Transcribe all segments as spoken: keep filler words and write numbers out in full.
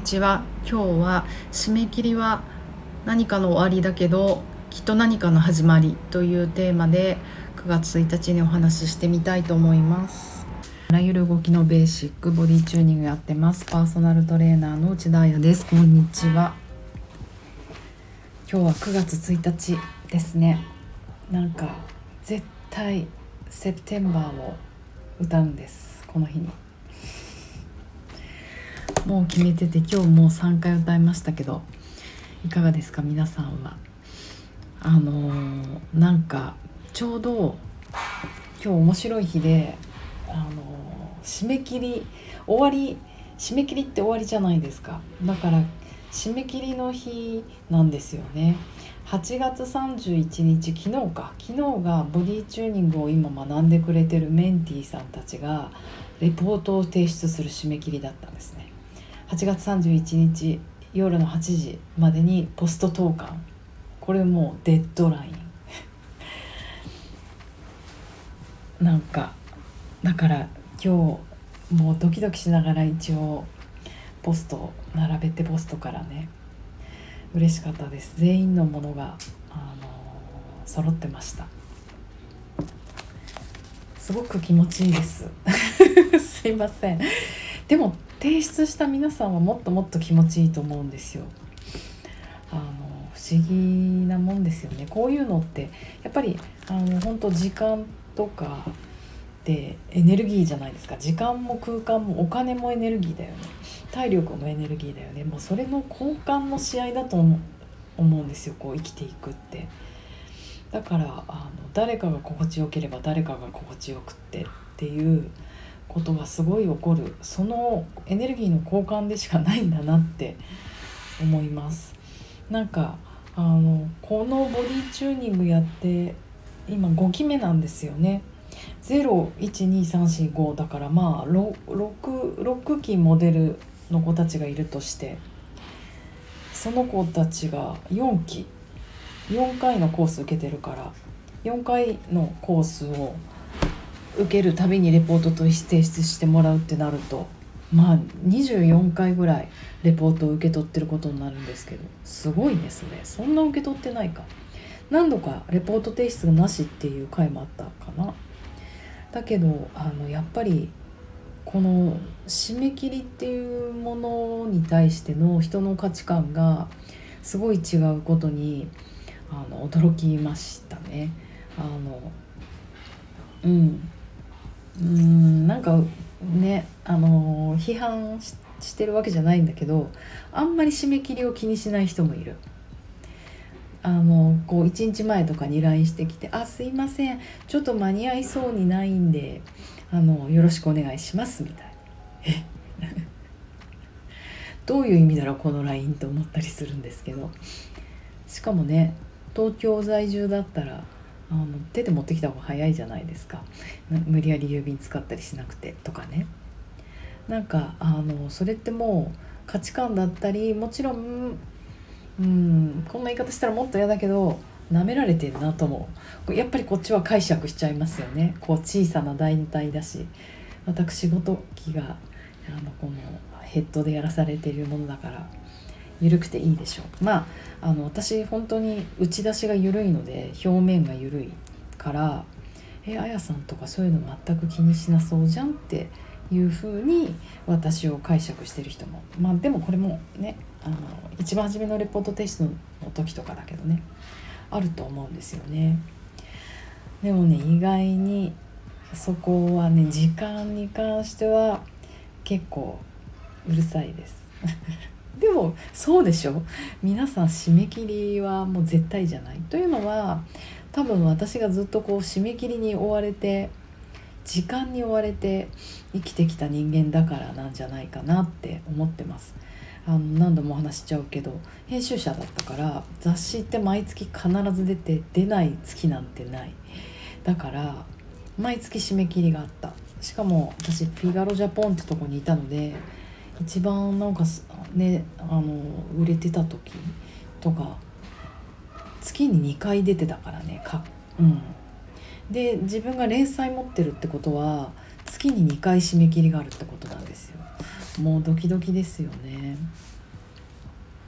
にちは。今日は締め切りは何かの終わりだけどきっと何かの始まりというテーマでくがつついたちにお話ししてみたいと思います。あらゆる動きのベーシックボディチューニングやってます。パーソナルトレーナーの内田彩です。こんにちは。今日はくがつついたちですね。なんか絶対セプテンバーを歌うんです。この日にもう決めてて、今日もうさんかい歌いましたけど、いかがですか皆さんは。あのー、なんかちょうど今日面白い日で、あのー、締め切り終わり締め切りって終わりじゃないですか。だから締め切りの日なんですよね。はちがつさんじゅういちにち、昨日か昨日がボディチューニングを今学んでくれてるメンティーさんたちがレポートを提出する締め切りだったんですね。はちがつさんじゅういちにち夜のはちじまでにポスト投函、これもうデッドラインなんか、だから今日もうドキドキしながら一応ポストを並べて、ポストからね、嬉しかったです。全員のものが、あのー、揃ってました。すごく気持ちいいですすいません。でも提出した皆さんはもっともっと気持ちいいと思うんですよ。あの不思議なもんですよね。こういうのってやっぱりあの本当時間とかでエネルギーじゃないですか。時間も空間もお金もエネルギーだよね。体力もエネルギーだよね。もうそれの交換の試合だと思うんですよ、こう生きていくって。だからあの誰かが心地よければ誰かが心地よくってっていうことがすごい起こる、そのエネルギーの交換でしかないんだなって思います。なんかあのこのボディチューニングやって今ごきめなんですよね。ゼロ、いち、に、さん、よん、ごだからまあ 6, 6期モデルの子たちがいるとして、その子たちがよんきよんかいのコース受けてるから、よんかいのコースを受けるたびにレポートと提出してもらうってなると、まあにじゅうよんかいぐらいレポートを受け取ってることになるんですけど、すごいね。それそんな受け取ってないか。何度かレポート提出がなしっていう回もあったかな。だけどあのやっぱりこの締め切りっていうものに対しての人の価値観がすごい違うことにあの驚きましたね。あのうんうーんなんかね、あの批判 し, してるわけじゃないんだけど、あんまり締め切りを気にしない人もいる。あのこういちにちまえとかに ライン してきて、あすいませんちょっと間に合いそうにないんであのよろしくお願いしますみたいな。えどういう意味だろうこの ライン と思ったりするんですけど、しかもね東京在住だったらあの手で持ってきた方が早いじゃないですか。無理やり郵便使ったりしなくてとかね。なんかあのそれってもう価値観だったり、もちろんうんこんな言い方したらもっと嫌だけど舐められてんなと思う。やっぱりこっちは解釈しちゃいますよね。こう小さな団体だし、私ごときがあのこのヘッドでやらされているものだから緩くていいでしょう。まああの私本当に打ち出しが緩いので、表面が緩いからえあやさんとかそういうの全く気にしなそうじゃんっていう風に私を解釈してる人も、まあでもこれもねあの一番初めのレポート提出の時とかだけどね、あると思うんですよね。でもね意外にそこはね、時間に関しては結構うるさいですでもそうでしょ、皆さん締め切りはもう絶対じゃない。というのは多分私がずっとこう締め切りに追われて時間に追われて生きてきた人間だからなんじゃないかなって思ってます。あの何度もお話しちゃうけど、編集者だったから雑誌って毎月必ず出て、出ない月なんてない。だから毎月締め切りがあった。しかも私フィガロジャポンってとこにいたので、一番なんかねあの売れてた時とか月ににかい出てたからねか、うん、で自分が連載持ってるってことは月ににかい締め切りがあるってことなんですよ。もうドキドキですよね。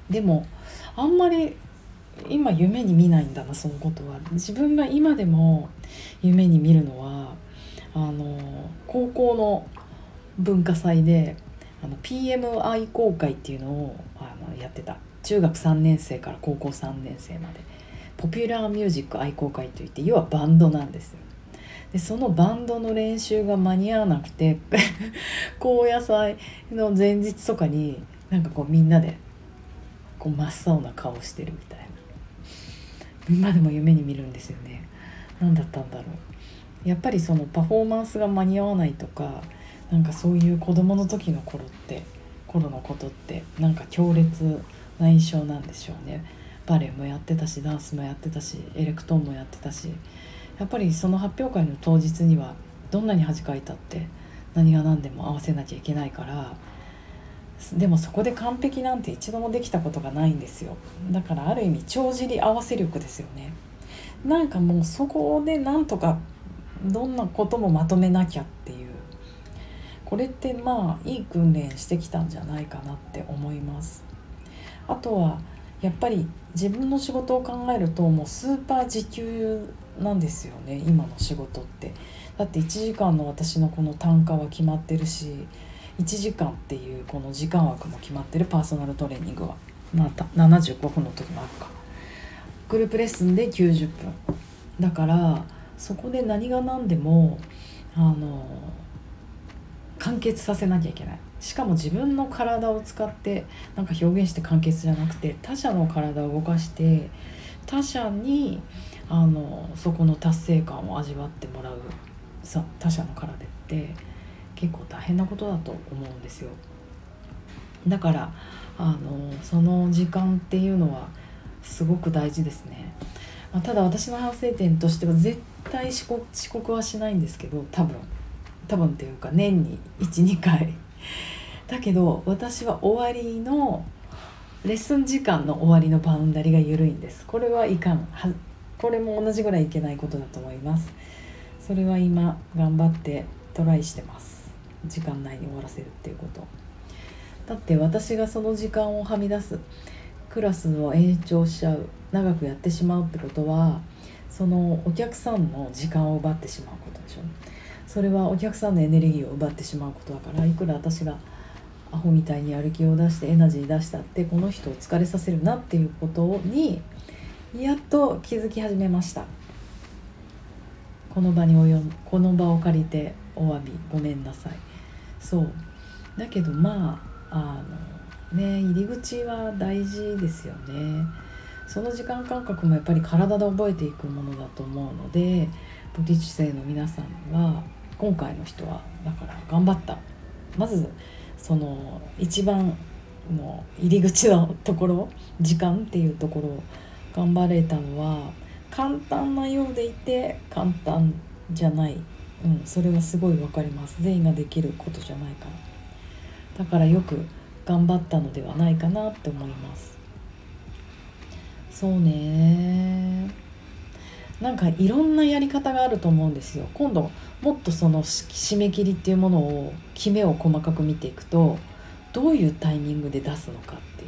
でもあんまり今夢に見ないんだな、そのことは。自分が今でも夢に見るのはあの高校の文化祭であの ピーエム 愛好会っていうのをあのやってた。中学さんねん生から高校さんねん生までポピュラーミュージック愛好会といって、要はバンドなんですよ。でそのバンドの練習が間に合わなくて高野祭の前日とかになんかこうみんなでこう真っ青な顔してるみたいな、今でも夢に見るんですよね。何だったんだろう。やっぱりそのパフォーマンスが間に合わないとか、なんかそういう子供の時の頃って頃のことってなんか強烈な印象なんでしょうね。バレエもやってたし、ダンスもやってたし、エレクトーンもやってたし、やっぱりその発表会の当日にはどんなに恥かいたって何が何でも合わせなきゃいけないから、でもそこで完璧なんて一度もできたことがないんですよ。だからある意味帳尻合わせ力ですよね。なんかもうそこでなんとかどんなこともまとめなきゃっていう、これってまあいい訓練してきたんじゃないかなって思います。あとはやっぱり自分の仕事を考えるともうスーパー時給なんですよね、今の仕事って。だっていちじかんの私のこの単価は決まってるし、いちじかんっていうこの時間枠も決まってる。パーソナルトレーニングはまたななじゅうごふんの時もあるか、グループレッスンできゅうじゅっぷんだから、そこで何が何でもあの完結させなきゃいけない。しかも自分の体を使ってなんか表現して完結じゃなくて、他者の体を動かして他者にあのそこの達成感を味わってもらうさ、他者の体って結構大変なことだと思うんですよ。だからあのその時間っていうのはすごく大事ですね。まあ、ただ私の反省点としては絶対遅刻、遅刻はしないんですけど、多分多分っていうか年に いち,に 回だけど私は終わりのレッスン時間の終わりのバウンダリが緩いんです。これはいかんは、これも同じぐらいいけないことだと思います。それは今頑張ってトライしてます。時間内に終わらせるっていうこと。だって私がその時間をはみ出す、クラスを延長しちゃう、長くやってしまうってことは、そのお客さんの時間を奪ってしまうことでしょ。それはお客さんのエネルギーを奪ってしまうことだから、いくら私がアホみたいにやる気を出してエナジー出したってこの人を疲れさせるなっていうことにやっと気づき始めました。この場に及んこの場を借りてお詫びごめんなさい。そうだけどまああのね入り口は大事ですよね。その時間感覚もやっぱり体で覚えていくものだと思うので、ボディ知性の皆さんは今回の人はだから頑張った。まずその一番の入り口のところ、時間っていうところを頑張れたのは簡単なようでいて簡単じゃない、うん、それはすごいわかります。全員ができることじゃないから、だからよく頑張ったのではないかなって思います。そうね、なんかいろんなやり方があると思うんですよ。今度もっとその締め切りっていうものを決めを細かく見ていくと、どういうタイミングで出すのかっていう、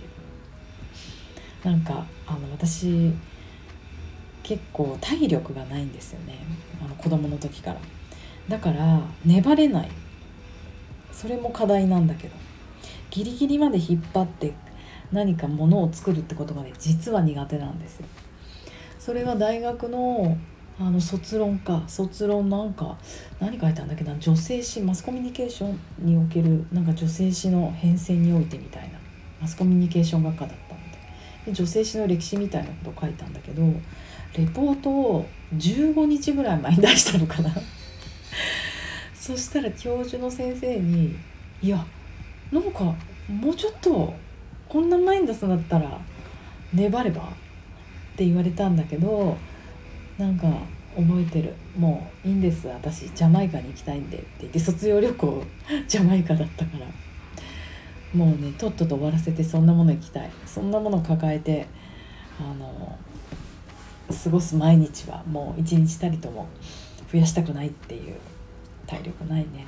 なんかあの私結構体力がないんですよね、あの子供の時から。だから粘れない、それも課題なんだけど、ギリギリまで引っ張って何かものを作るってことがね実は苦手なんですよ。それは大学のあの卒論か卒論なんか何書いたんだっけな、女性誌マスコミュニケーションにおけるなんか女性誌の変遷においてみたいな、マスコミュニケーション学科だったの で, で女性誌の歴史みたいなことを書いたんだけど、レポートをじゅうごにちぐらい前に出したのかなそしたら教授の先生にいやなんかもうちょっとこんな前に出すんだったら粘ればって言われたんだけど、なんか覚えてる、もういいんです私ジャマイカに行きたいんでって言って、卒業旅行ジャマイカだったから、もうねとっとと終わらせてそんなもの行きたい、そんなものを抱えてあの過ごす毎日はもう一日たりとも増やしたくないっていう体力ないね。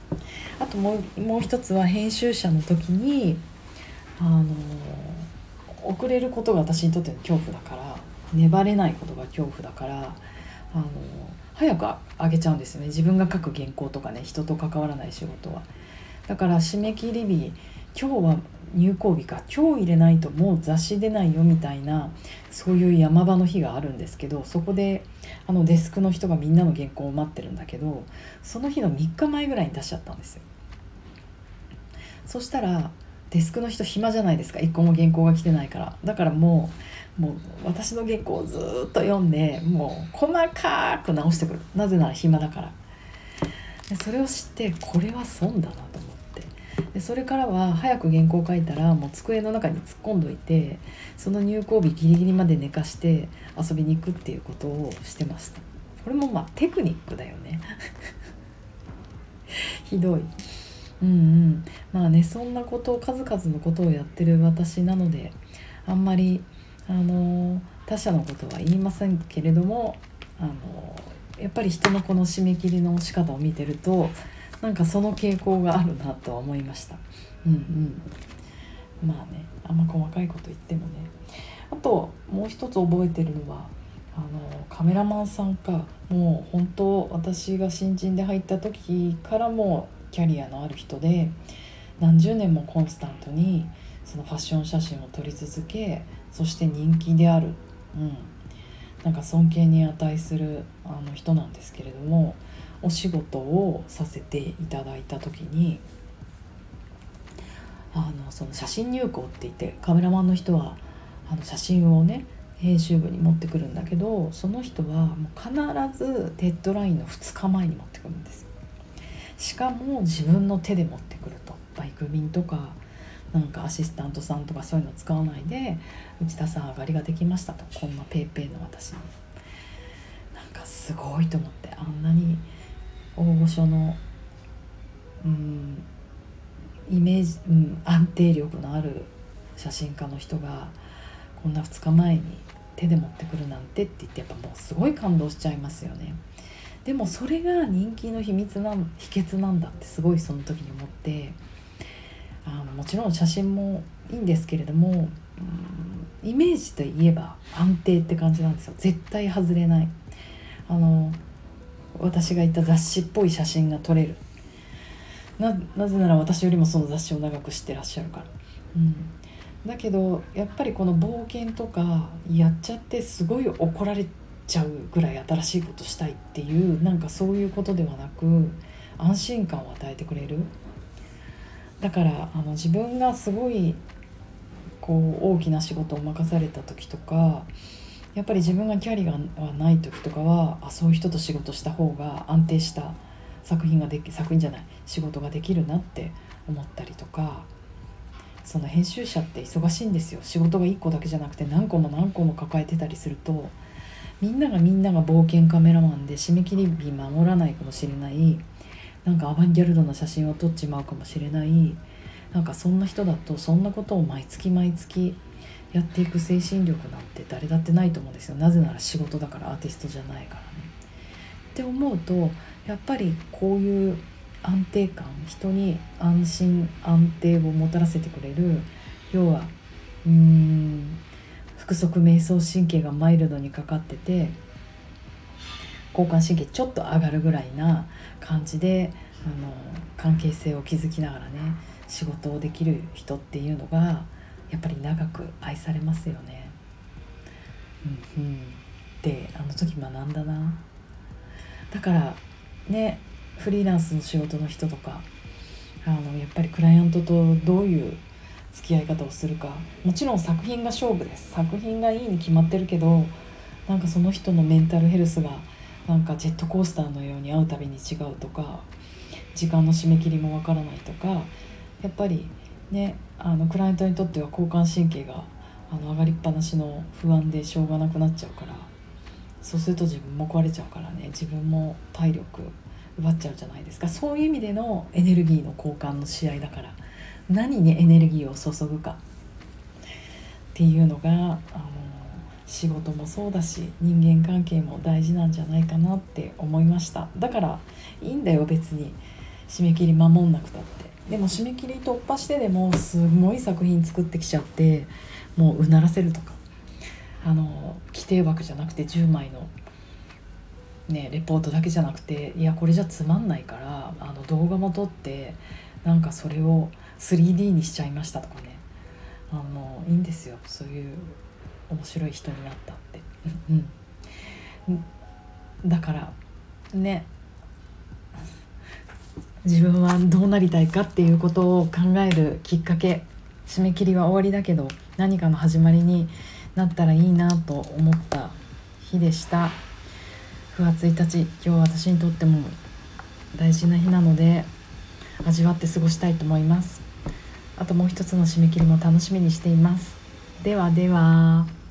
あともう、もう一つは編集者の時にあの遅れることが私にとっての恐怖だから、粘れないことが恐怖だから、あの早くあげちゃうんですよね。自分が書く原稿とかね、人と関わらない仕事は。だから締め切り日、今日は入稿日か、今日入れないともう雑誌出ないよみたいな、そういう山場の日があるんですけど、そこであのデスクの人がみんなの原稿を待ってるんだけど、その日のみっかまえぐらいに出しちゃったんですよ。そしたらデスクの人暇じゃないですか、一個も原稿が来てないから。だからもうもう私の原稿をずっと読んで、もう細かく直してくる。なぜなら暇だから。でそれを知って、これは損だなと思って、でそれからは早く原稿を書いたらもう机の中に突っ込んどいて、その入稿日ギリギリまで寝かして遊びに行くっていうことをしてました。これもまあテクニックだよねひどい。うんうん、まあね、そんなことを数々のことをやってる私なので、あんまりあの他者のことは言いませんけれども、あのやっぱり人のこの締め切りの仕方を見てると、なんかその傾向があるなとは思いました。うんうん。まあね、あんま細かいこと言ってもね。あともう一つ覚えてるのは、あのカメラマンさんか。もう本当私が新人で入った時からもキャリアのある人で、何十年もコンスタントにそのファッション写真を撮り続け、そして人気である、うん、なんか尊敬に値するあの人なんですけれども、お仕事をさせていただいた時に、あのその写真入稿って言って、カメラマンの人はあの写真をね編集部に持ってくるんだけど、その人はもう必ずデッドラインのふつかまえに持ってくるんですよ。しかも自分の手で持ってくると。バイク便とかなんかアシスタントさんとかそういうの使わないで、内田さん上がりができましたと、こんなペーペーの私に。なんかすごいと思って、あんなに大御所のうんイメージ、うん、安定力のある写真家の人がこんなふつかまえに手で持ってくるなんてって言って、やっぱもうすごい感動しちゃいますよね。でもそれが人気の秘密なん秘訣なんだってすごいその時に思って、あのもちろん写真もいいんですけれども、うん、イメージといえば安定って感じなんですよ。絶対外れない。あの私が言った雑誌っぽい写真が撮れる。 な, なぜなら私よりもその雑誌を長く知ってらっしゃるから、うん、だけどやっぱりこの冒険とかやっちゃってすごい怒られちゃうぐらい新しいことしたいっていう、なんかそういうことではなく、安心感を与えてくれる。だからあの自分がすごいこう大きな仕事を任された時とか、やっぱり自分がキャリアがない時とかは、あ、そういう人と仕事した方が安定した作品ができ作品じゃない仕事ができるなって思ったりとか。その編集者って忙しいんですよ。仕事がいっこだけじゃなくて何個も何個も抱えてたりすると、みんながみんなが冒険カメラマンで締め切り日守らないかもしれない、なんかアバンギャルドな写真を撮っちまうかもしれない、なんかそんな人だとそんなことを毎月毎月やっていく精神力なんて誰だってないと思うんですよ。なぜなら仕事だから、アーティストじゃないからね。って思うと、やっぱりこういう安定感、人に安心安定をもたらせてくれる、要はうーん腹側瞑想神経がマイルドにかかってて、交感神経ちょっと上がるぐらいな感じで、あの関係性を築きながらね仕事をできる人っていうのがやっぱり長く愛されますよね。うんうん。であの時学んだな。だからね、フリーランスの仕事の人とか、あのやっぱりクライアントとどういう付き合い方をするか、もちろん作品が勝負です。作品がいいに決まってるけど、なんかその人のメンタルヘルスがなんかジェットコースターのように会うたびに違うとか、時間の締め切りもわからないとか、やっぱりね、あのクライアントにとっては交感神経があの上がりっぱなしの不安でしょうがなくなっちゃうから、そうすると自分も壊れちゃうからね、自分も体力奪っちゃうじゃないですか。そういう意味でのエネルギーの交換の試合だから、何にエネルギーを注ぐかっていうのが、あの仕事もそうだし人間関係も大事なんじゃないかなって思いました。だからいいんだよ別に締め切り守んなくたって。 でも締め切り突破してでもすごい作品作ってきちゃって、もううならせるとか、あの規定枠じゃなくてじゅうまいのねレポートだけじゃなくて、いやこれじゃつまんないからあの動画も撮ってなんかそれを スリーディー にしちゃいましたとかね、あのいいんですよ、そういう面白い人になったってうんだからね、自分はどうなりたいかっていうことを考えるきっかけ、締め切りは終わりだけど何かの始まりになったらいいなと思った日でした。くがつついたち、今日は私にとっても大事な日なので味わって過ごしたいと思います。あともう一つの締め切りも楽しみにしています。ではでは。